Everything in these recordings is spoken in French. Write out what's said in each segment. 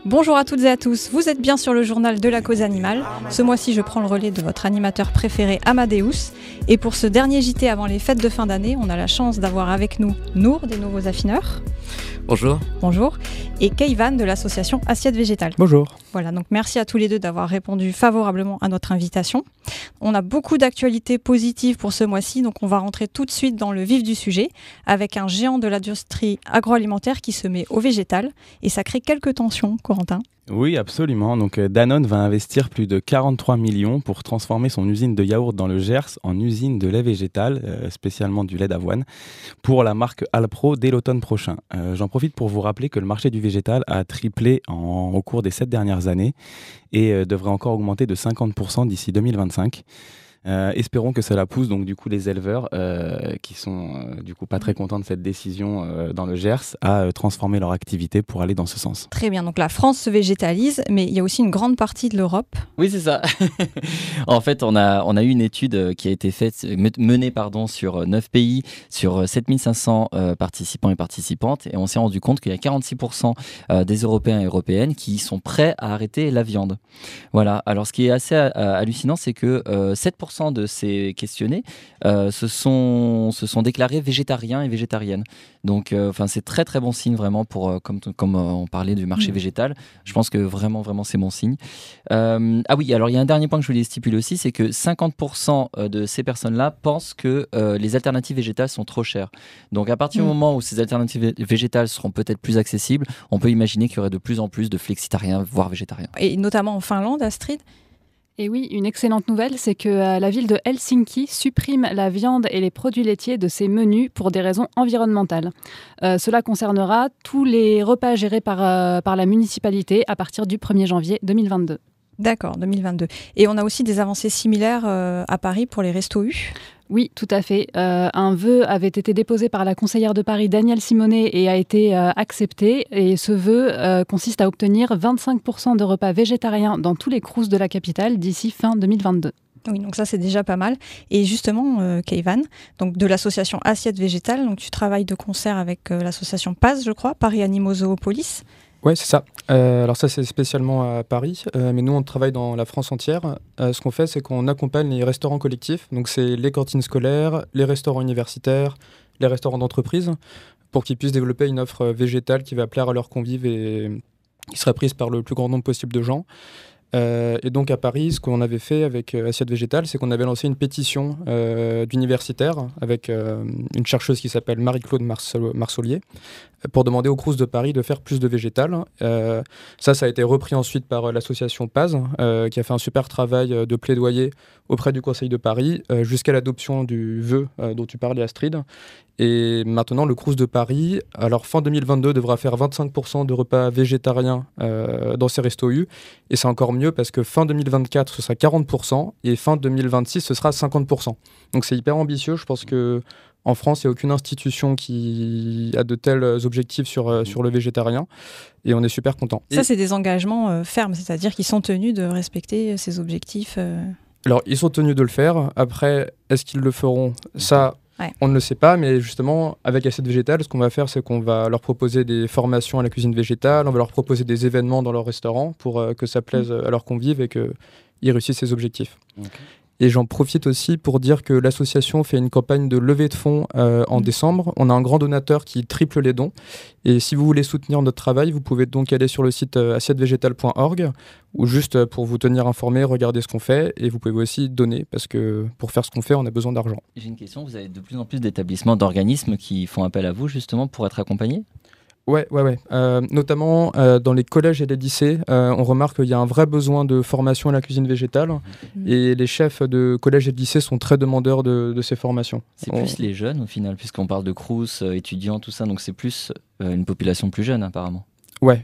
Bonjour à toutes et à tous, vous êtes bien sur le journal de la cause animale. Ce mois-ci, je prends le relais de votre animateur préféré, Amadeus. Et pour ce dernier JT avant les fêtes de fin d'année, on a la chance d'avoir avec nous Nour, des Nouveaux Affineurs. Bonjour. Bonjour. Et Keivan de l'association Assiette Végétale. Bonjour. Voilà, donc merci à tous les deux d'avoir répondu favorablement à notre invitation. On a beaucoup d'actualités positives pour ce mois-ci, donc on va rentrer tout de suite dans le vif du sujet avec un géant de l'industrie agroalimentaire qui se met au végétal et ça crée quelques tensions, Corentin. Oui, absolument. Donc Danone va investir plus de 43 millions pour transformer son usine de yaourt dans le Gers en usine de lait végétal, spécialement du lait d'avoine, pour la marque Alpro dès l'automne prochain. J'en profite pour vous rappeler que le marché du végétal a triplé au cours des 7 dernières années et devrait encore augmenter de 50% d'ici 2025. Espérons que cela pousse donc du coup les éleveurs qui sont du coup pas très contents de cette décision dans le Gers à transformer leur activité pour aller dans ce sens. Très bien, donc la France se végétalise, mais il y a aussi une grande partie de l'Europe. Oui, c'est ça. En fait, on a eu une étude qui a été menée sur 9 pays, sur 7500 participants et participantes, et on s'est rendu compte qu'il y a 46% des Européens et Européennes qui sont prêts à arrêter la viande. Voilà. Alors, ce qui est assez hallucinant, c'est que 7% de ces questionnés se sont déclarés végétariens et végétariennes. Donc, c'est très très bon signe vraiment pour comme on parlait du marché végétal. Je pense que vraiment c'est bon signe. Ah oui, alors il y a un dernier point que je voulais stipuler aussi, c'est que 50% de ces personnes-là pensent que les alternatives végétales sont trop chères. Donc à partir du moment où ces alternatives végétales seront peut-être plus accessibles, on peut imaginer qu'il y aurait de plus en plus de flexitariens, voire végétariens. Et notamment en Finlande, Astrid. Et oui, une excellente nouvelle, c'est que la ville de Helsinki supprime la viande et les produits laitiers de ses menus pour des raisons environnementales. Cela concernera tous les repas gérés par la municipalité à partir du 1er janvier 2022. D'accord, 2022. Et on a aussi des avancées similaires à Paris pour les restos U. Oui, tout à fait. Un vœu avait été déposé par la conseillère de Paris, Danielle Simonet, et a été accepté. Et ce vœu consiste à obtenir 25% de repas végétariens dans tous les crous de la capitale d'ici fin 2022. Oui, donc ça c'est déjà pas mal. Et justement, Keivan, donc de l'association Assiette Végétale, donc tu travailles de concert avec l'association PAZ, je crois, Paris Animaux Zoopolis. Oui, c'est ça. Alors ça, c'est spécialement à Paris, mais nous, on travaille dans la France entière. Ce qu'on fait, c'est qu'on accompagne les restaurants collectifs, donc c'est les cantines scolaires, les restaurants universitaires, les restaurants d'entreprise, pour qu'ils puissent développer une offre végétale qui va plaire à leurs convives et qui sera prise par le plus grand nombre possible de gens. Et donc à Paris, ce qu'on avait fait avec Assiette Végétale, c'est qu'on avait lancé une pétition d'universitaires avec une chercheuse qui s'appelle Marie-Claude Marsolier pour demander aux Crous de Paris de faire plus de végétal. Ça a été repris ensuite par l'association PAZ qui a fait un super travail de plaidoyer auprès du Conseil de Paris jusqu'à l'adoption du vœu dont tu parlais, Astrid. Et maintenant, le Crous de Paris, alors fin 2022, devra faire 25% de repas végétariens dans ses restos U. Et c'est encore mieux parce que fin 2024, ce sera 40% et fin 2026, ce sera 50%. Donc c'est hyper ambitieux. Je pense qu'en France, il n'y a aucune institution qui a de tels objectifs sur le végétarien. Et on est super contents. Ça, c'est des engagements fermes, c'est-à-dire qu'ils sont tenus de respecter ces objectifs. Alors, ils sont tenus de le faire. Après, est-ce qu'ils le feront ? Ça... Ouais. On ne le sait pas, mais justement, avec Assiette Végétale, ce qu'on va faire, c'est qu'on va leur proposer des formations à la cuisine végétale, on va leur proposer des événements dans leur restaurant pour que ça plaise à leurs convives et qu'ils réussissent ces objectifs. Okay. Et j'en profite aussi pour dire que l'association fait une campagne de levée de fonds en décembre. On a un grand donateur qui triple les dons. Et si vous voulez soutenir notre travail, vous pouvez donc aller sur le site assiettevegetale.org ou juste pour vous tenir informé, regarder ce qu'on fait. Et vous pouvez aussi donner parce que pour faire ce qu'on fait, on a besoin d'argent. J'ai une question. Vous avez de plus en plus d'établissements, d'organismes qui font appel à vous justement pour être accompagnés ? Ouais. Notamment dans les collèges et les lycées, on remarque qu'il y a un vrai besoin de formation à la cuisine végétale et les chefs de collèges et de lycées sont très demandeurs de ces formations. C'est plus les jeunes au final, puisqu'on parle de crous, étudiants, tout ça, donc c'est plus une population plus jeune apparemment. Ouais.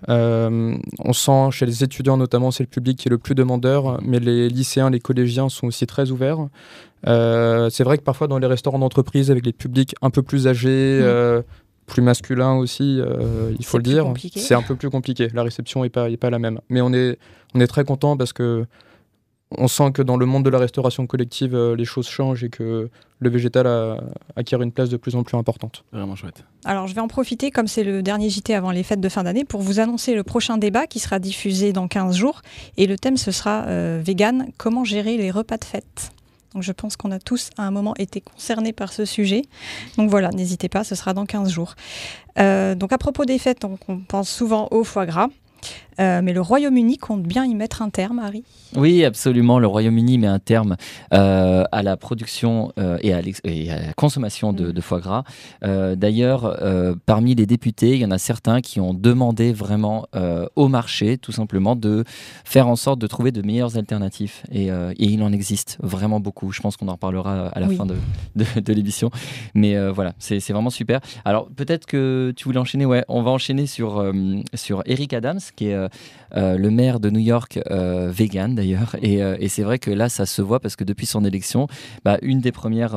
On sent chez les étudiants notamment, c'est le public qui est le plus demandeur, mais les lycéens, les collégiens sont aussi très ouverts. C'est vrai que parfois dans les restaurants d'entreprise avec les publics un peu plus âgés, plus masculin aussi, il faut le dire. C'est un peu plus compliqué. La réception n'est pas la même. Mais on est très content parce que on sent que dans le monde de la restauration collective, les choses changent et que le végétal acquiert une place de plus en plus importante. Vraiment chouette. Alors, je vais en profiter, comme c'est le dernier JT avant les fêtes de fin d'année, pour vous annoncer le prochain débat qui sera diffusé dans 15 jours. Et le thème, ce sera vegan, comment gérer les repas de fête. Donc, je pense qu'on a tous, à un moment, été concernés par ce sujet. Donc voilà, n'hésitez pas, ce sera dans 15 jours. Donc, à propos des fêtes, on pense souvent au foie gras. Mais le Royaume-Uni compte bien y mettre un terme, Harry. Oui, absolument. Le Royaume-Uni met un terme à la production et à la consommation de foie gras. D'ailleurs, parmi les députés, il y en a certains qui ont demandé vraiment au marché, tout simplement, de faire en sorte de trouver de meilleures alternatives. Et il en existe vraiment beaucoup. Je pense qu'on en reparlera à la fin de l'émission. Mais voilà, c'est vraiment super. Alors, peut-être que tu voulais enchaîner. Ouais, on va enchaîner sur Eric Adams, qui est le maire de New York, vegan d'ailleurs, et c'est vrai que là ça se voit parce que depuis son élection, une des premières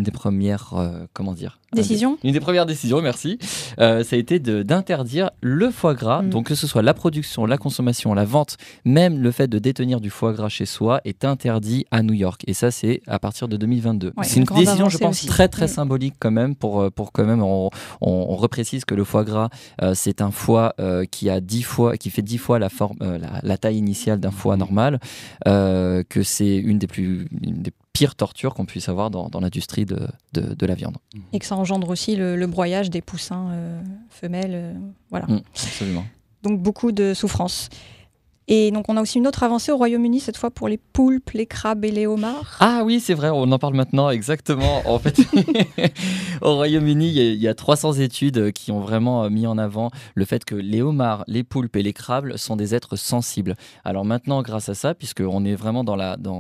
décisions, merci, ça a été d'interdire le foie gras, donc que ce soit la production, la consommation, la vente, même le fait de détenir du foie gras chez soi est interdit à New York, et ça c'est à partir de 2022. Ouais, c'est une décision, je pense, aussi. très très symbolique quand même pour quand même on reprécise que le foie gras c'est un foie qui fait 10 fois la taille initiale d'un foie normal, que c'est une des pires tortures qu'on puisse avoir dans l'industrie de la viande. Et que ça engendre aussi le broyage des poussins femelles. Voilà. Absolument. Donc beaucoup de souffrance. Et donc on a aussi une autre avancée au Royaume-Uni, cette fois pour les poulpes, les crabes et les homards. Ah oui, c'est vrai, on en parle maintenant, exactement. En fait, au Royaume-Uni, il y a 300 études qui ont vraiment mis en avant le fait que les homards, les poulpes et les crabes sont des êtres sensibles. Alors maintenant, grâce à ça, puisqu'on est vraiment dans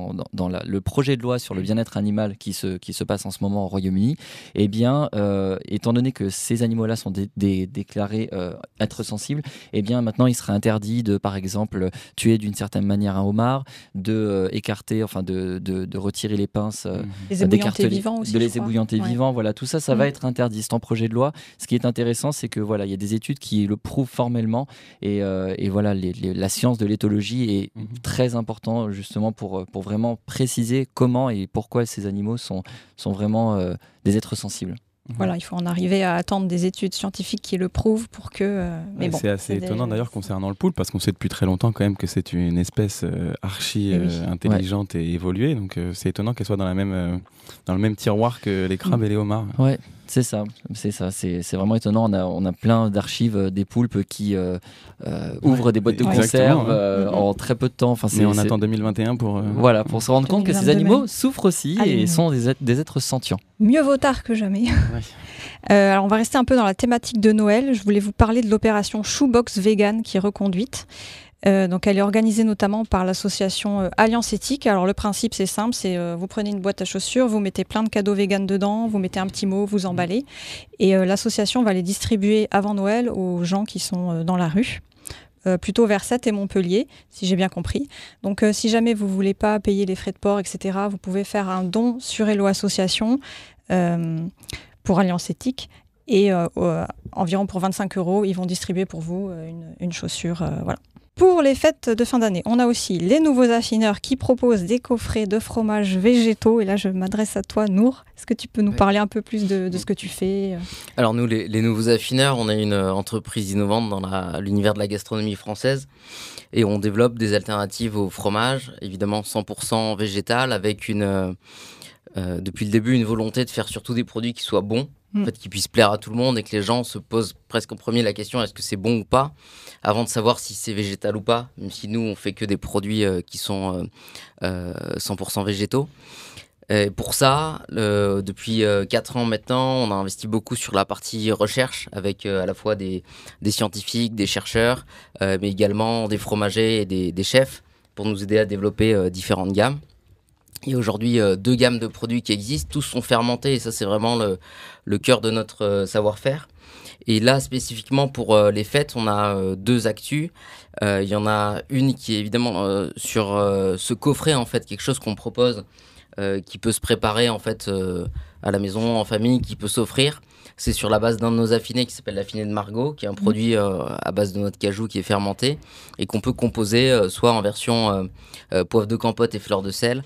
le projet de loi sur le bien-être animal qui se passe en ce moment au Royaume-Uni, eh bien, étant donné que ces animaux-là sont déclarés êtres sensibles, eh bien maintenant, il serait interdit de, par exemple, tuer d'une certaine manière un homard, de écarter, enfin de retirer les pinces, les ébouillanter vivants aussi, de les ébouillanter vivants, voilà, tout ça va être interdit. C'est en projet de loi. Ce qui est intéressant, c'est que voilà, il y a des études qui le prouvent formellement, et voilà, la science de l'éthologie est très important justement pour vraiment préciser comment et pourquoi ces animaux sont vraiment des êtres sensibles. Voilà, il faut en arriver à attendre des études scientifiques qui le prouvent pour que... mais bon, c'est assez étonnant d'ailleurs concernant le poulpe, parce qu'on sait depuis très longtemps quand même que c'est une espèce archi intelligente et évoluée, donc c'est étonnant qu'elle soit dans le même tiroir que les crabes et les homards. Ouais. C'est ça, c'est vraiment étonnant. On a plein d'archives des poulpes qui ouvrent des boîtes de conserve en très peu de temps. Enfin, mais on attend 2021 pour se rendre compte que ces animaux souffrent aussi et sont des êtres sentients. Mieux vaut tard que jamais. Alors on va rester un peu dans la thématique de Noël. Je voulais vous parler de l'opération Shoebox Vegan qui est reconduite. Donc elle est organisée notamment par l'association Alliance Éthique. Alors le principe c'est simple, c'est vous prenez une boîte à chaussures, vous mettez plein de cadeaux vegan dedans, vous mettez un petit mot, vous emballez, et l'association va les distribuer avant Noël aux gens qui sont dans la rue. Plutôt vers Sète et Montpellier, si j'ai bien compris. Donc si jamais vous ne voulez pas payer les frais de port, etc., vous pouvez faire un don sur Hello Association pour Alliance Éthique. Et environ pour 25 €, ils vont distribuer pour vous une chaussure. Voilà. Pour les fêtes de fin d'année, on a aussi les nouveaux affineurs qui proposent des coffrets de fromages végétaux. Et là, je m'adresse à toi, Nour. Est-ce que tu peux nous parler un peu plus de ce que tu fais ? Alors nous, les nouveaux affineurs, on est une entreprise innovante dans l'univers de la gastronomie française. Et on développe des alternatives au fromage, évidemment 100% végétal, avec depuis le début une volonté de faire surtout des produits qui soient bons. En fait, qui puissent plaire à tout le monde et que les gens se posent presque en premier la question est-ce que c'est bon ou pas, avant de savoir si c'est végétal ou pas, même si nous on fait que des produits qui sont 100% végétaux. Et pour ça, depuis 4 ans maintenant, on a investi beaucoup sur la partie recherche avec à la fois des scientifiques, des chercheurs, mais également des fromagers et des chefs pour nous aider à développer différentes gammes. Il y a aujourd'hui 2 gammes de produits qui existent, tous sont fermentés et ça c'est vraiment le cœur de notre savoir-faire. Et là spécifiquement pour les fêtes, on a 2 actus. Il y en a une qui est évidemment sur ce coffret en fait, quelque chose qu'on propose qui peut se préparer en fait à la maison, en famille, qui peut s'offrir. c'est sur la base d'un de nos affinés qui s'appelle l'affiné de Margaux, qui est un produit à base de noix de cajou qui est fermenté et qu'on peut composer soit en version poivre de campote et fleur de sel,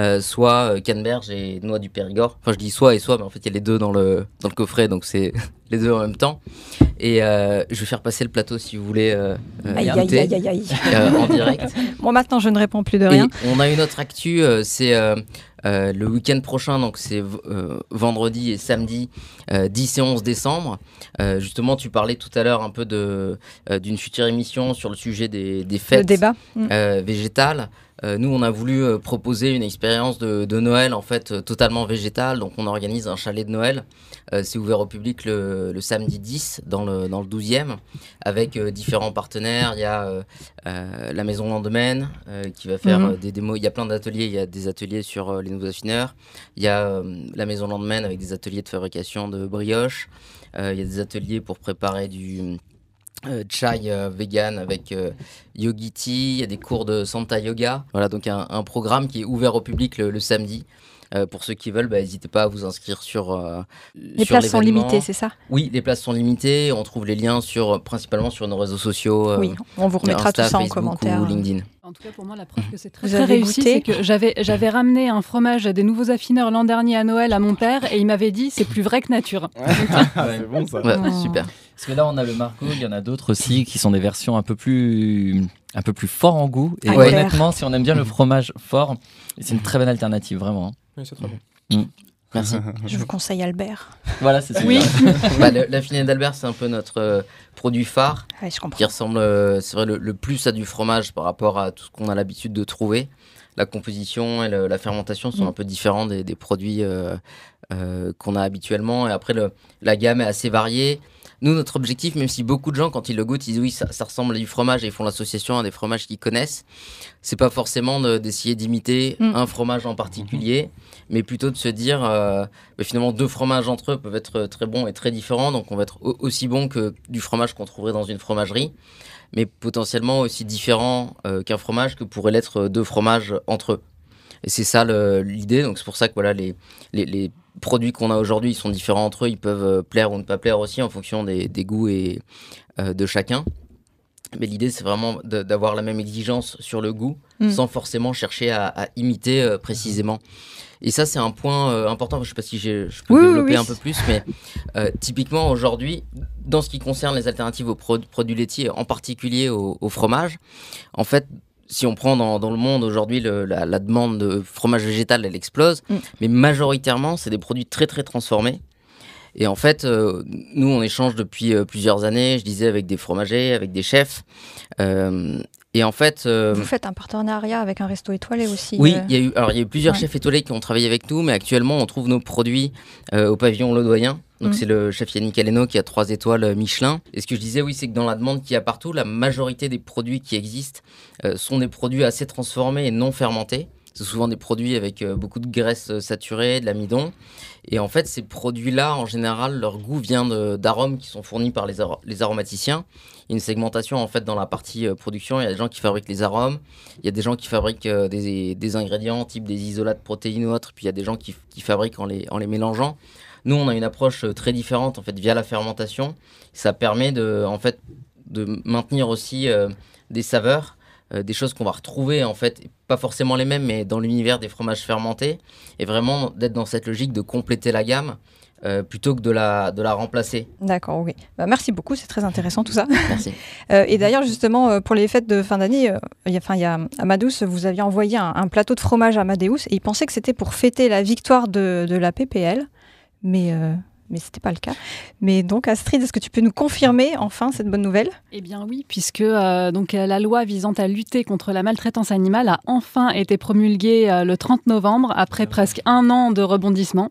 soit canneberge et noix du Périgord. Enfin, je dis soit et soit, mais en fait, il y a les deux dans le coffret, donc c'est les deux en même temps. Et je vais faire passer le plateau si vous voulez Aïe, goûter, aïe, aïe, aïe, aïe. en direct. Bon, maintenant, je ne réponds plus de rien. Et on a une autre actu, c'est le week-end prochain, donc c'est vendredi et samedi 10 et 11 décembre. Justement, tu parlais tout à l'heure un peu d'une future émission sur le sujet des fêtes Le débat. végétales. Nous, on a voulu proposer une expérience de Noël en fait totalement végétale. Donc, on organise un chalet de Noël. C'est ouvert au public le samedi 10 dans le 12e avec différents partenaires. Il y a la Maison Landemaine qui va faire des démos. Il y a plein d'ateliers. Il y a des ateliers sur les nouveaux affineurs. Il y a la Maison Landemaine avec des ateliers de fabrication de brioches. Il y a des ateliers pour préparer du chai vegan avec Yogiti, il y a des cours de Santa Yoga. Voilà, donc un programme qui est ouvert au public le samedi. Pour ceux qui veulent, n'hésitez pas à vous inscrire sur les places sont limitées, c'est ça? Oui, les places sont limitées. On trouve les liens principalement sur nos réseaux sociaux. Oui, on vous remettra Insta, tout ça en Facebook commentaire. ou LinkedIn. En tout cas, pour moi, la preuve que c'est Vous très avez réussi, goûté c'est que j'avais ramené un fromage des nouveaux affineurs l'an dernier à Noël à mon père et il m'avait dit c'est plus vrai que nature. C'est bon ça. Ouais, Oh. super. Parce que là, on a le Margaux, il y en a d'autres aussi qui sont des versions un peu plus forts en goût. Et Ouais. honnêtement, si on aime bien le fromage fort, c'est une très bonne alternative, vraiment. Oui, c'est très bon. Merci. Je vous conseille Albert. Voilà, c'est ça. Oui. L'affiné d'Albert, c'est un peu notre produit phare. Ouais, je comprends. Qui ressemble, c'est vrai, le plus à du fromage par rapport à tout ce qu'on a l'habitude de trouver. La composition et la fermentation sont un peu différents des produits qu'on a habituellement. Et après, la gamme est assez variée. Nous, notre objectif, même si beaucoup de gens, quand ils le goûtent, ils disent oui, ça ressemble à du fromage et ils font l'association à des fromages qu'ils connaissent, c'est pas forcément d'essayer d'imiter un fromage en particulier, mais plutôt de se dire finalement deux fromages entre eux peuvent être très bons et très différents, donc on va être aussi bon que du fromage qu'on trouverait dans une fromagerie, mais potentiellement aussi différent qu'un fromage que pourraient l'être deux fromages entre eux. Et c'est ça l'idée, donc c'est pour ça que voilà, les produits qu'on a aujourd'hui, ils sont différents entre eux, ils peuvent plaire ou ne pas plaire aussi en fonction des goûts et de chacun. Mais l'idée, c'est vraiment d'avoir la même exigence sur le goût, sans forcément chercher à imiter précisément. Et ça, c'est un point important. Je ne sais pas si je peux développer un peu plus, mais typiquement aujourd'hui, dans ce qui concerne les alternatives aux produits laitiers, en particulier au fromage, en fait, si on prend dans le monde aujourd'hui, la demande de fromage végétal, elle explose. Mais majoritairement, c'est des produits très, très transformés. Et en fait, nous, on échange depuis plusieurs années, je disais, avec des fromagers, avec des chefs. Et en fait... Vous faites un partenariat avec un resto étoilé aussi. Oui, il y a eu plusieurs chefs étoilés qui ont travaillé avec nous, mais actuellement, on trouve nos produits au pavillon Laudoyen. Donc, c'est le chef Yannick Aleno qui a 3 étoiles Michelin. Et ce que je disais, oui, c'est que dans la demande qu'il y a partout, la majorité des produits qui existent sont des produits assez transformés et non fermentés. C'est souvent des produits avec beaucoup de graisse saturée, de l'amidon. Et en fait, ces produits-là, en général, leur goût vient d'arômes qui sont fournis par les aromaticiens. Il y a une segmentation en fait dans la partie production. Il y a des gens qui fabriquent les arômes. Il y a des gens qui fabriquent des ingrédients type des isolats de protéines ou autres. Puis il y a des gens qui fabriquent en les mélangeant. Nous, on a une approche très différente en fait via la fermentation. Ça permet de maintenir aussi des saveurs, des choses qu'on va retrouver en fait, pas forcément les mêmes, mais dans l'univers des fromages fermentés, et vraiment d'être dans cette logique de compléter la gamme plutôt que de la remplacer. D'accord, oui. Merci beaucoup, c'est très intéressant tout ça. Merci. Et d'ailleurs, justement, pour les fêtes de fin d'année, il y a Amadeus, vous aviez envoyé un plateau de fromage à Amadeus, et il pensait que c'était pour fêter la victoire de la PPL. Mais ce n'était pas le cas. Mais donc, Astrid, est-ce que tu peux nous confirmer enfin cette bonne nouvelle? Eh bien oui, puisque donc, la loi visant à lutter contre la maltraitance animale a enfin été promulguée le 30 novembre, après presque 1 an de rebondissement.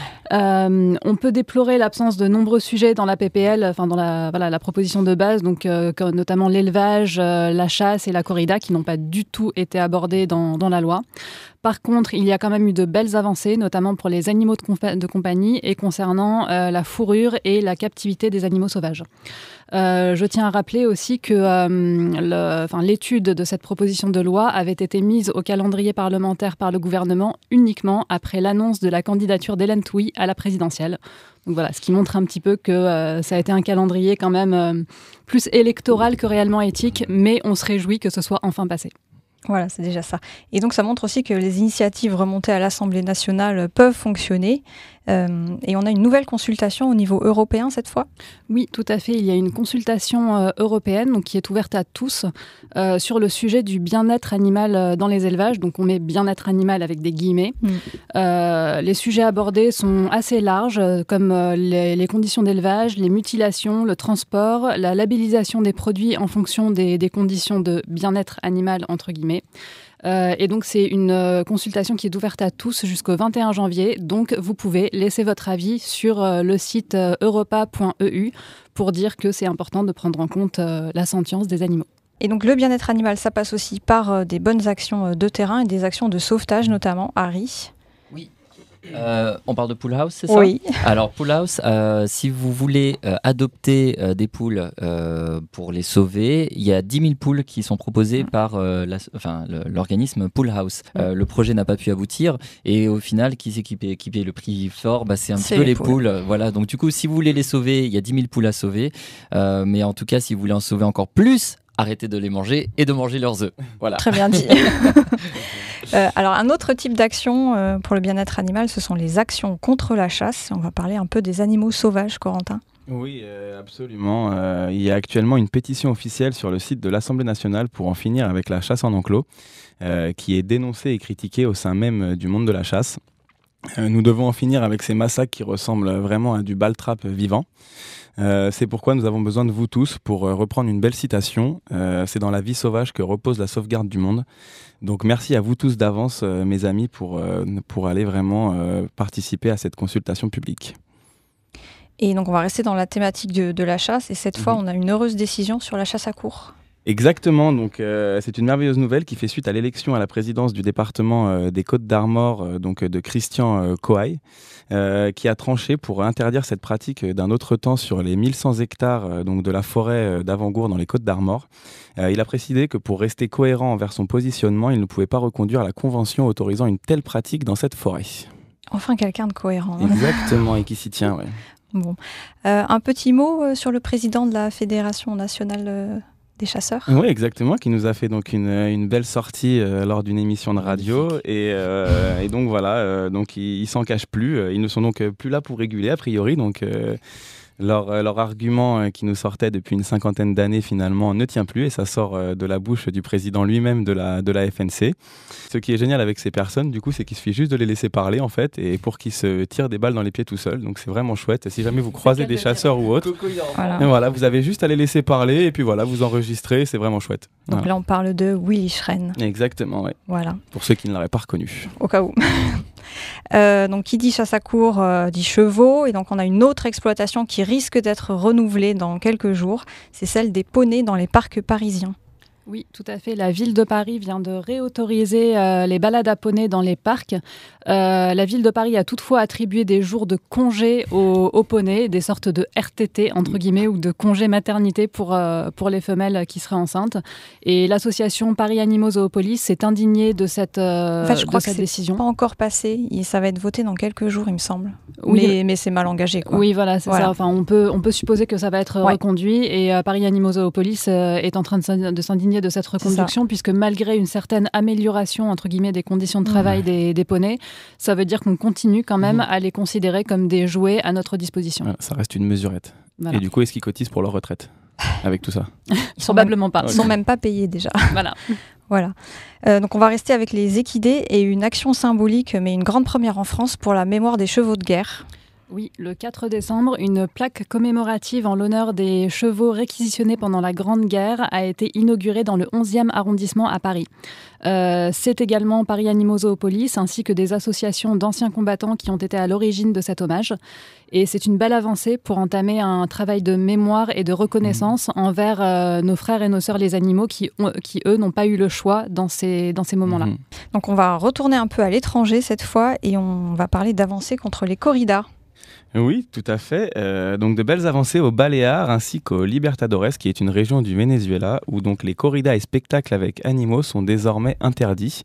On peut déplorer l'absence de nombreux sujets dans la PPL, enfin dans la proposition de base, donc notamment l'élevage, la chasse et la corrida, qui n'ont pas du tout été abordés dans la loi. Par contre, il y a quand même eu de belles avancées, notamment pour les animaux de compagnie et concernant la fourrure et la captivité des animaux sauvages. Je tiens à rappeler aussi que l'étude de cette proposition de loi avait été mise au calendrier parlementaire par le gouvernement uniquement après l'annonce de la candidature d'Hélène Touy à la présidentielle. Donc voilà, ce qui montre un petit peu que ça a été un calendrier quand même plus électoral que réellement éthique, mais on se réjouit que ce soit enfin passé. Voilà, c'est déjà ça. Et donc ça montre aussi que les initiatives remontées à l'Assemblée nationale peuvent fonctionner. Et on a une nouvelle consultation au niveau européen cette fois ? Oui, tout à fait. Il y a une consultation européenne donc, qui est ouverte à tous sur le sujet du bien-être animal dans les élevages. Donc on met bien-être animal avec des guillemets. Les sujets abordés sont assez larges, comme les conditions d'élevage, les mutilations, le transport, la labellisation des produits en fonction des conditions de bien-être animal, entre guillemets. Et donc, c'est une consultation qui est ouverte à tous jusqu'au 21 janvier. Donc, vous pouvez laisser votre avis sur le site europa.eu pour dire que c'est important de prendre en compte la sentience des animaux. Et donc, le bien-être animal, ça passe aussi par des bonnes actions de terrain et des actions de sauvetage, notamment, Harry. Oui. On parle de Pool House, c'est ça ? Oui. Alors, Pool House, si vous voulez adopter des poules pour les sauver, il y a 10 000 poules qui sont proposées par l'organisme Pool House. Le projet n'a pas pu aboutir et au final, qui c'est qui paye le prix fort ? C'est un petit peu les poules. Voilà. Donc, du coup, si vous voulez les sauver, il y a 10 000 poules à sauver. Mais en tout cas, si vous voulez en sauver encore plus, arrêtez de les manger et de manger leurs œufs. Voilà. Très bien dit. Alors, un autre type d'action pour le bien-être animal, ce sont les actions contre la chasse. On va parler un peu des animaux sauvages, Corentin. Oui, absolument. Il y a actuellement une pétition officielle sur le site de l'Assemblée nationale pour en finir avec la chasse en enclos, qui est dénoncée et critiquée au sein même du monde de la chasse. Nous devons en finir avec ces massacres qui ressemblent vraiment à du bal-trap vivant. C'est pourquoi nous avons besoin de vous tous pour reprendre une belle citation. C'est dans la vie sauvage que repose la sauvegarde du monde. Donc merci à vous tous d'avance, mes amis, pour aller vraiment participer à cette consultation publique. Et donc on va rester dans la thématique de la chasse. Et cette fois, on a une heureuse décision sur la chasse à courre. Exactement, donc c'est une merveilleuse nouvelle qui fait suite à l'élection à la présidence du département des Côtes-d'Armor, donc de Christian Coaille, qui a tranché pour interdire cette pratique d'un autre temps sur les 1100 hectares donc de la forêt d'Avangour dans les Côtes-d'Armor. Il a précisé que pour rester cohérent envers son positionnement, il ne pouvait pas reconduire la convention autorisant une telle pratique dans cette forêt. Enfin quelqu'un de cohérent. Exactement, et qui s'y tient, ouais. Bon. Un petit mot sur le président de la Fédération nationale des chasseurs. Oui, exactement, qui nous a fait donc une belle sortie lors d'une émission de radio et donc voilà, donc ils s'en cachent plus, ils ne sont donc plus là pour réguler a priori, donc leur argument qui nous sortait depuis une cinquantaine d'années finalement ne tient plus et ça sort de la bouche du président lui-même de la FNC. Ce qui est génial avec ces personnes, du coup, c'est qu'il suffit juste de les laisser parler en fait et pour qu'ils se tirent des balles dans les pieds tout seuls. Donc c'est vraiment chouette. Si jamais vous croisez des chasseurs ou autres, voilà, vous avez juste à les laisser parler et puis voilà, vous enregistrez, c'est vraiment chouette. Donc là, on parle de Willy Schren. Exactement, oui. Voilà. Pour ceux qui ne l'auraient pas reconnu. Au cas où. Donc qui dit chasse à courre dit chevaux et donc on a une autre exploitation qui risque d'être renouvelée dans quelques jours, c'est celle des poneys dans les parcs parisiens. Oui, tout à fait. La ville de Paris vient de réautoriser les balades à poney dans les parcs. La ville de Paris a toutefois attribué des jours de congé aux poneys, des sortes de RTT, entre guillemets, ou de congé maternité pour les femelles qui seraient enceintes. Et l'association Paris Animaux Zoopolis s'est indignée de cette je crois que décision. C'est pas encore passé, ça va être voté dans quelques jours, il me semble. Oui, mais c'est mal engagé, quoi. Oui, voilà, c'est ça. Enfin, on peut supposer que ça va être reconduit. Et Paris Animaux Zoopolis est en train de s'indigner de cette reconduction, puisque malgré une certaine amélioration, entre guillemets, des conditions de travail des poneys, ça veut dire qu'on continue quand même à les considérer comme des jouets à notre disposition. Voilà, ça reste une mesurette. Voilà. Et du coup, est-ce qu'ils cotisent pour leur retraite avec tout ça? Probablement pas. Ils ne sont même pas payés déjà. Voilà. Donc on va rester avec les équidés et une action symbolique, mais une grande première en France pour la mémoire des chevaux de guerre. Oui, le 4 décembre, une plaque commémorative en l'honneur des chevaux réquisitionnés pendant la Grande Guerre a été inaugurée dans le 11e arrondissement à Paris. C'est également Paris Animaux Zoopolis ainsi que des associations d'anciens combattants qui ont été à l'origine de cet hommage. Et c'est une belle avancée pour entamer un travail de mémoire et de reconnaissance envers nos frères et nos sœurs les animaux qui eux, n'ont pas eu le choix dans ces moments-là. Donc on va retourner un peu à l'étranger cette fois et on va parler d'avancées contre les corridas. Oui, tout à fait. Donc de belles avancées aux Baléares ainsi qu'au Libertadores, qui est une région du Venezuela où donc les corridas et spectacles avec animaux sont désormais interdits.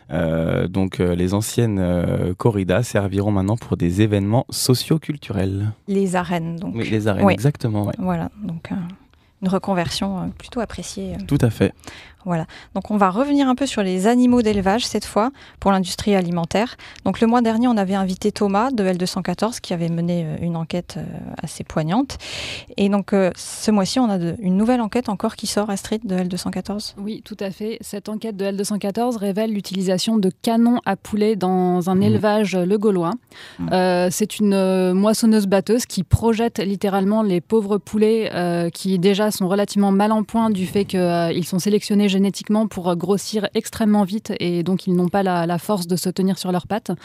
Les anciennes corridas serviront maintenant pour des événements socio-culturels. Les arènes, donc. Oui, les arènes, exactement. Ouais. Voilà, donc une reconversion plutôt appréciée. Tout à fait. Voilà. Donc on va revenir un peu sur les animaux d'élevage cette fois pour l'industrie alimentaire. Donc le mois dernier, on avait invité Thomas de L214 qui avait mené une enquête assez poignante. Et donc ce mois-ci, on a une nouvelle enquête encore qui sort, Astrid, de L214. Oui, tout à fait. Cette enquête de L214 révèle l'utilisation de canons à poulet dans un élevage le Gaulois. C'est une moissonneuse-batteuse qui projette littéralement les pauvres poulets qui déjà sont relativement mal en point du fait qu'ils sont sélectionnés génétiquement pour grossir extrêmement vite et donc ils n'ont pas la force de se tenir sur leurs pattes.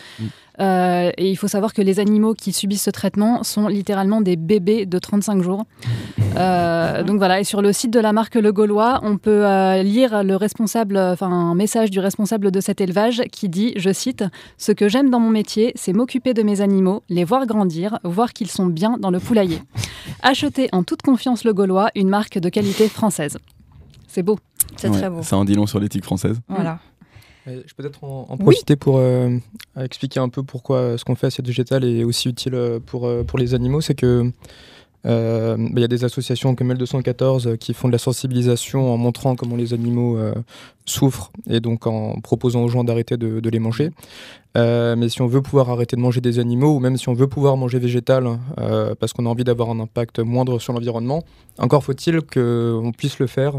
Et il faut savoir que les animaux qui subissent ce traitement sont littéralement des bébés de 35 jours. Donc voilà, et sur le site de la marque Le Gaulois, on peut lire un message du responsable de cet élevage qui dit, je cite, « Ce que j'aime dans mon métier, c'est m'occuper de mes animaux, les voir grandir, voir qu'ils sont bien dans le poulailler. Achetez en toute confiance Le Gaulois, une marque de qualité française. » C'est beau. C'est très beau. Ça en dit long sur l'éthique française. Voilà. Je peux peut-être en profiter pour expliquer un peu pourquoi ce qu'on fait à Assiette Végétale est aussi utile pour les animaux. C'est que y a des associations comme L214 qui font de la sensibilisation en montrant comment les animaux souffrent et donc en proposant aux gens d'arrêter de les manger. Mais si on veut pouvoir arrêter de manger des animaux ou même si on veut pouvoir manger végétal parce qu'on a envie d'avoir un impact moindre sur l'environnement, encore faut-il qu'on puisse le faire.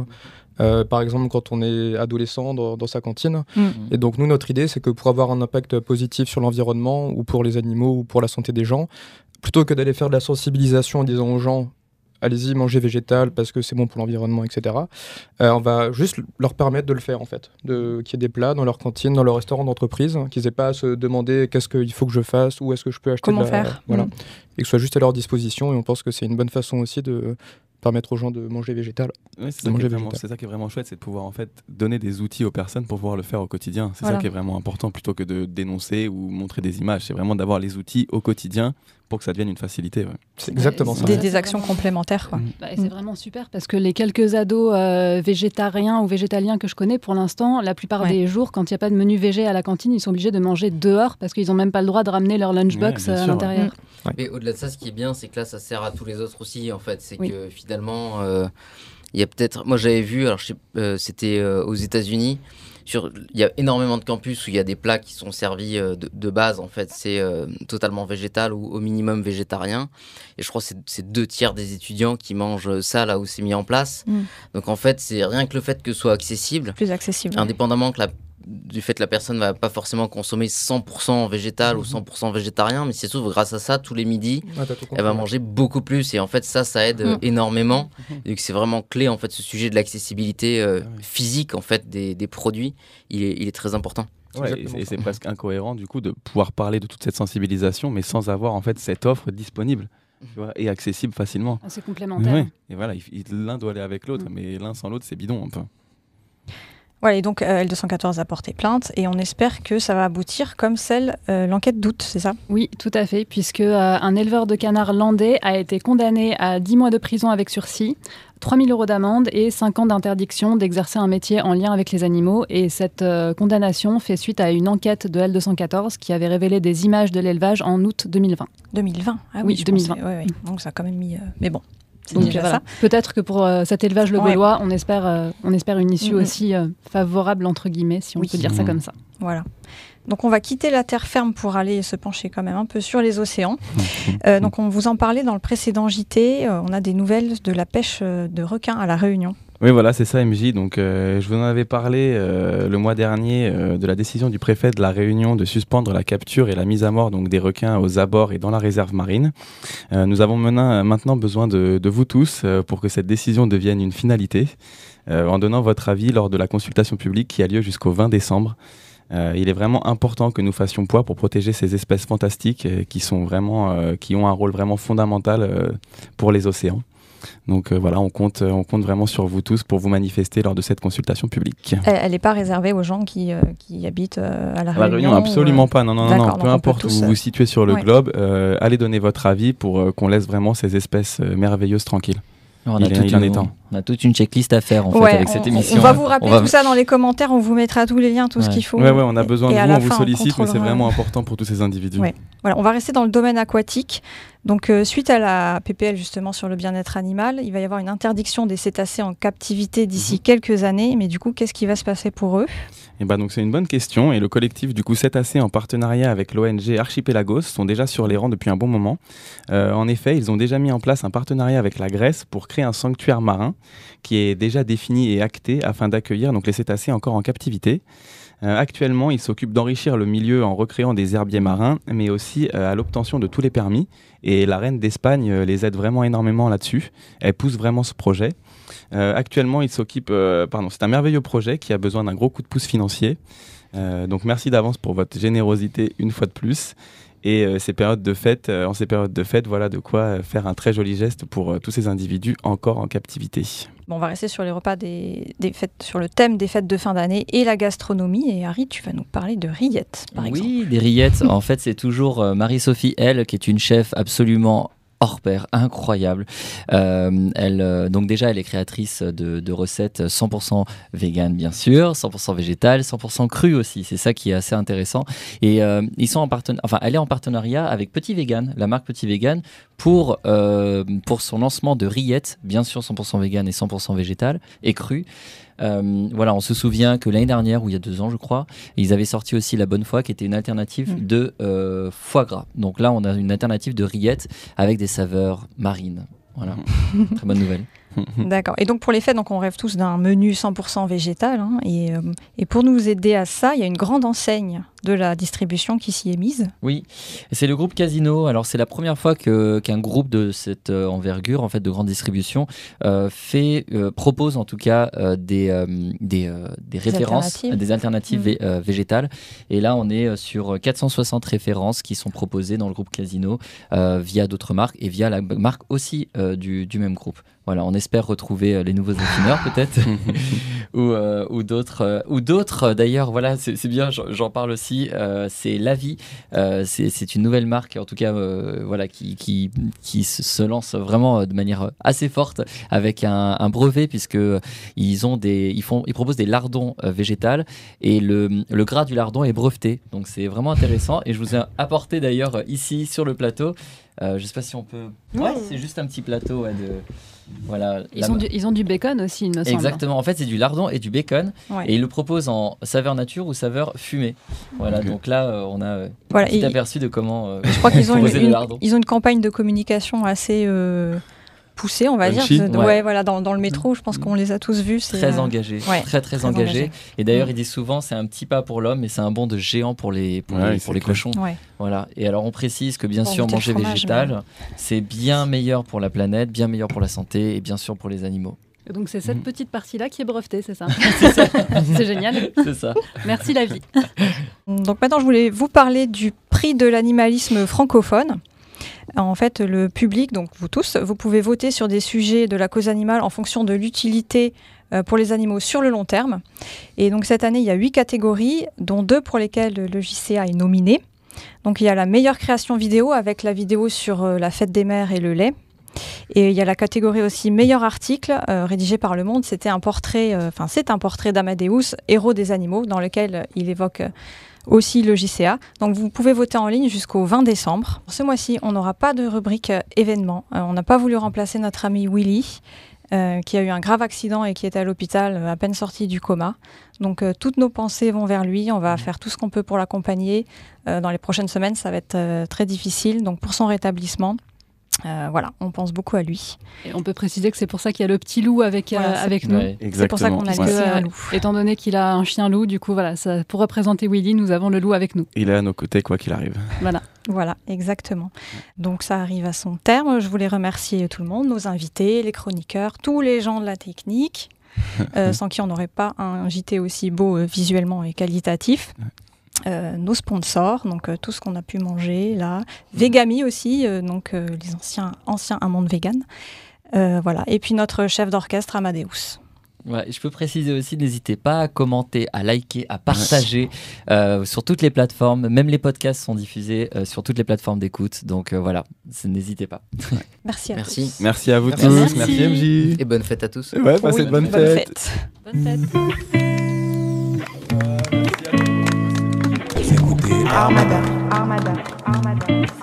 Par exemple, quand on est adolescent dans sa cantine. Et donc, nous, notre idée, c'est que pour avoir un impact positif sur l'environnement ou pour les animaux ou pour la santé des gens, plutôt que d'aller faire de la sensibilisation en disant aux gens « allez-y, mangez végétal parce que c'est bon pour l'environnement, etc. » On va juste leur permettre de le faire, en fait. Qu'il y ait des plats dans leur cantine, dans leur restaurant d'entreprise, qu'ils n'aient pas à se demander qu'est-ce qu'il faut que je fasse ou est-ce que je peux acheter comment faire. Voilà. Et que ce soit juste à leur disposition. Et on pense que c'est une bonne façon aussi de permettre aux gens de manger végétal. Oui, c'est ça qui est vraiment chouette, c'est de pouvoir en fait donner des outils aux personnes pour pouvoir le faire au quotidien. C'est ça qui est vraiment important plutôt que de dénoncer ou montrer des images. C'est vraiment d'avoir les outils au quotidien pour que ça devienne une facilité. Ouais. C'est exactement ça. Des actions complémentaires. Quoi. Et c'est vraiment super parce que les quelques ados végétariens ou végétaliens que je connais pour l'instant, la plupart des jours, quand il n'y a pas de menu végé à la cantine, ils sont obligés de manger dehors parce qu'ils n'ont même pas le droit de ramener leur lunchbox à l'intérieur. Mais au-delà de ça, ce qui est bien, c'est que là, ça sert à tous les autres aussi. En fait, c'est que finalement, il y a peut-être. Moi, j'avais vu. Alors, c'était aux États-Unis. Il y a énormément de campus où il y a des plats qui sont servis de base. En fait, c'est totalement végétal ou au minimum végétarien. Et je crois que c'est 2/3 des étudiants qui mangent ça là où c'est mis en place. Donc, en fait, c'est rien que le fait que ce soit accessible. Plus accessible. Indépendamment du fait que la personne ne va pas forcément consommer 100% végétal ou 100% végétarien, mais c'est surtout grâce à ça, tous les midis, elle va manger beaucoup plus. Et en fait, ça aide énormément. Et que c'est vraiment clé, en fait, ce sujet de l'accessibilité physique en fait, des produits, il est très important. Ouais, et c'est presque incohérent du coup de pouvoir parler de toute cette sensibilisation, mais sans avoir en fait cette offre disponible. Tu vois, et accessible facilement. C'est complémentaire. Ouais. Et voilà, l'un doit aller avec l'autre, mais l'un sans l'autre, c'est bidon un peu. Voilà, et donc L214 a porté plainte et on espère que ça va aboutir comme l'enquête d'août, c'est ça ? Oui, tout à fait, puisque un éleveur de canards landais a été condamné à 10 mois de prison avec sursis, 3 000 € d'amende et 5 ans d'interdiction d'exercer un métier en lien avec les animaux. Et cette condamnation fait suite à une enquête de L214 qui avait révélé des images de l'élevage en août 2020. 2020 ? Ah oui, 2020. Ouais. Donc ça a quand même mis... Mais bon. Donc, voilà. Peut-être que pour cet élevage le Gaulois, on espère une issue aussi favorable, entre guillemets, si on peut dire ça comme ça. Voilà. Donc on va quitter la terre ferme pour aller se pencher quand même un peu sur les océans. Donc on vous en parlait dans le précédent JT, on a des nouvelles de la pêche de requins à La Réunion. Oui, voilà, c'est ça, MJ. Donc, je vous en avais parlé le mois dernier de la décision du préfet de la Réunion de suspendre la capture et la mise à mort donc, des requins aux abords et dans la réserve marine. Nous avons maintenant besoin de vous tous pour que cette décision devienne une finalité, en donnant votre avis lors de la consultation publique qui a lieu jusqu'au 20 décembre. Il est vraiment important que nous fassions poids pour protéger ces espèces fantastiques qui ont un rôle vraiment fondamental pour les océans. Donc voilà, on compte vraiment sur vous tous pour vous manifester lors de cette consultation publique. Elle n'est pas réservée aux gens qui habitent à la Réunion absolument pas. Non. Peu importe où vous vous situez sur le Ouais. globe, allez donner votre avis pour qu'on laisse vraiment ces espèces merveilleuses tranquilles. On a toute une checklist à faire en fait Ouais, avec cette émission. On va vous rappeler tout ça dans les commentaires, on vous mettra tous les liens, tout ce qu'il faut. Ouais, on a besoin de vous, on vous sollicite, mais c'est contrôlera. vraiment important pour tous ces individus. Ouais. Voilà, on va rester dans le domaine aquatique. Donc, suite à la PPL justement sur le bien-être animal, il va y avoir une interdiction des cétacés en captivité d'ici quelques années. Mais du coup, qu'est-ce qui va se passer pour eux ? Et donc c'est une bonne question. Et le collectif du coup Cétacés en partenariat avec l'ONG Archipelagos sont déjà sur les rangs depuis un bon moment. En effet, ils ont déjà mis en place un partenariat avec la Grèce pour créer un sanctuaire marin qui est déjà défini et acté afin d'accueillir donc les cétacés encore en captivité. Actuellement, ils s'occupent d'enrichir le milieu en recréant des herbiers marins, mais aussi à l'obtention de tous les permis. Et la reine d'Espagne les aide vraiment énormément là-dessus. Elle pousse vraiment ce projet. Actuellement, ils s'occupent... c'est un merveilleux projet qui a besoin d'un gros coup de pouce financier. Donc merci d'avance pour votre générosité une fois de plus. Et en ces périodes de fête, voilà de quoi faire un très joli geste pour tous ces individus encore en captivité. Bon, on va rester sur les repas des fêtes, sur le thème des fêtes de fin d'année et la gastronomie. Et Harry, tu vas nous parler de rillettes, par exemple. Oui, des rillettes. En fait, c'est toujours Marie-Sophie, elle, qui est une chef absolument hors pair, incroyable. Donc déjà, elle est créatrice de recettes 100% véganes, bien sûr, 100% végétales, 100% crues aussi. C'est ça qui est assez intéressant. Et elle est en partenariat avec Petit Vegan, la marque Petit Vegan, pour son lancement de rillettes, bien sûr 100% véganes et 100% végétales et crues. On se souvient que l'année dernière, ou il y a 2 ans je crois, ils avaient sorti aussi la Bonne Foi qui était une alternative de foie gras. Donc là on a une alternative de rillettes avec des saveurs marines. Voilà, très bonne nouvelle. D'accord. Et donc pour les fêtes, on rêve tous d'un menu 100% végétal. Et pour nous aider à ça, il y a une grande enseigne de la distribution qui s'y est mise. Oui, c'est le groupe Casino. Alors c'est la première fois qu'un groupe de cette envergure, en fait, de grande distribution, propose en tout cas des références, des alternatives végétales. Et là, on est sur 460 références qui sont proposées dans le groupe Casino via d'autres marques et via la marque aussi du même groupe. Voilà, on espère retrouver les nouveaux affineurs peut-être ou d'autres d'ailleurs. Voilà, c'est bien, j'en parle aussi. C'est La Vie, c'est une nouvelle marque en tout cas, qui se lance vraiment de manière assez forte avec un brevet puisque ils proposent des lardons végétales et le gras du lardon est breveté. Donc c'est vraiment intéressant et je vous ai apporté d'ailleurs ici sur le plateau. Je ne sais pas si on peut. Ouais, c'est juste un petit plateau Voilà, ils ont du bacon aussi, il me semble. Exactement, en fait c'est du lardon et du bacon et ils le proposent en saveur nature ou saveur fumée. Voilà, donc là on a un petit aperçu de comment je crois qu'ils ont une campagne de communication assez poussée, on va dire. Dans le métro, je pense qu'on les a tous vus. C'est très engagé, très engagé. Et d'ailleurs ils disent souvent c'est un petit pas pour l'homme mais c'est un bond de géant pour les cochons. Ouais. Voilà. Et alors on précise que bien sûr manger végétal, c'est bien meilleur pour la planète, bien meilleur pour la santé et bien sûr pour les animaux. Donc c'est cette petite partie-là qui est brevetée, c'est ça? C'est ça. C'est génial. C'est ça. Merci La Vie. Donc maintenant je voulais vous parler du prix de l'animalisme francophone. En fait, le public, donc vous tous, vous pouvez voter sur des sujets de la cause animale en fonction de l'utilité pour les animaux sur le long terme. Et donc cette année, il y a 8 catégories, dont 2 pour lesquelles le JCA est nominé. Donc il y a la meilleure création vidéo avec la vidéo sur la fête des mères et le lait. Et il y a la catégorie aussi meilleur article rédigé par Le Monde. C'est un portrait d'Amadeus, héros des animaux, dans lequel il évoque aussi le JCA. Donc vous pouvez voter en ligne jusqu'au 20 décembre. Ce mois-ci, on n'aura pas de rubrique événements. On n'a pas voulu remplacer notre ami Willy, qui a eu un grave accident et qui est à l'hôpital à peine sorti du coma. Donc toutes nos pensées vont vers lui. On va faire tout ce qu'on peut pour l'accompagner. Dans les prochaines semaines, ça va être très difficile. Donc pour son rétablissement, Voilà, on pense beaucoup à lui. Et on peut préciser que c'est pour ça qu'il y a le petit loup avec nous. Ouais. C'est pour ça qu'on a laissé un loup. Étant donné qu'il a un chien loup, du coup, voilà, pour représenter Willy, nous avons le loup avec nous. Il est à nos côtés, quoi qu'il arrive. Voilà, exactement. Donc ça arrive à son terme. Je voulais remercier tout le monde, nos invités, les chroniqueurs, tous les gens de la technique, sans qui on n'aurait pas un JT aussi beau visuellement et qualitatif. Nos sponsors, donc tout ce qu'on a pu manger là, Vegami aussi, donc les anciens Un Monde Vegan, voilà. Et puis notre chef d'orchestre Amadeus. Ouais, je peux préciser aussi, n'hésitez pas à commenter, à liker, à partager sur toutes les plateformes. Même les podcasts sont diffusés sur toutes les plateformes d'écoute. Donc voilà, n'hésitez pas. Merci à tous. Merci à vous tous. Merci. Merci MJ. Et bonne fête à tous. Ouais, passez de bonnes fêtes. Bonne fête. Armada.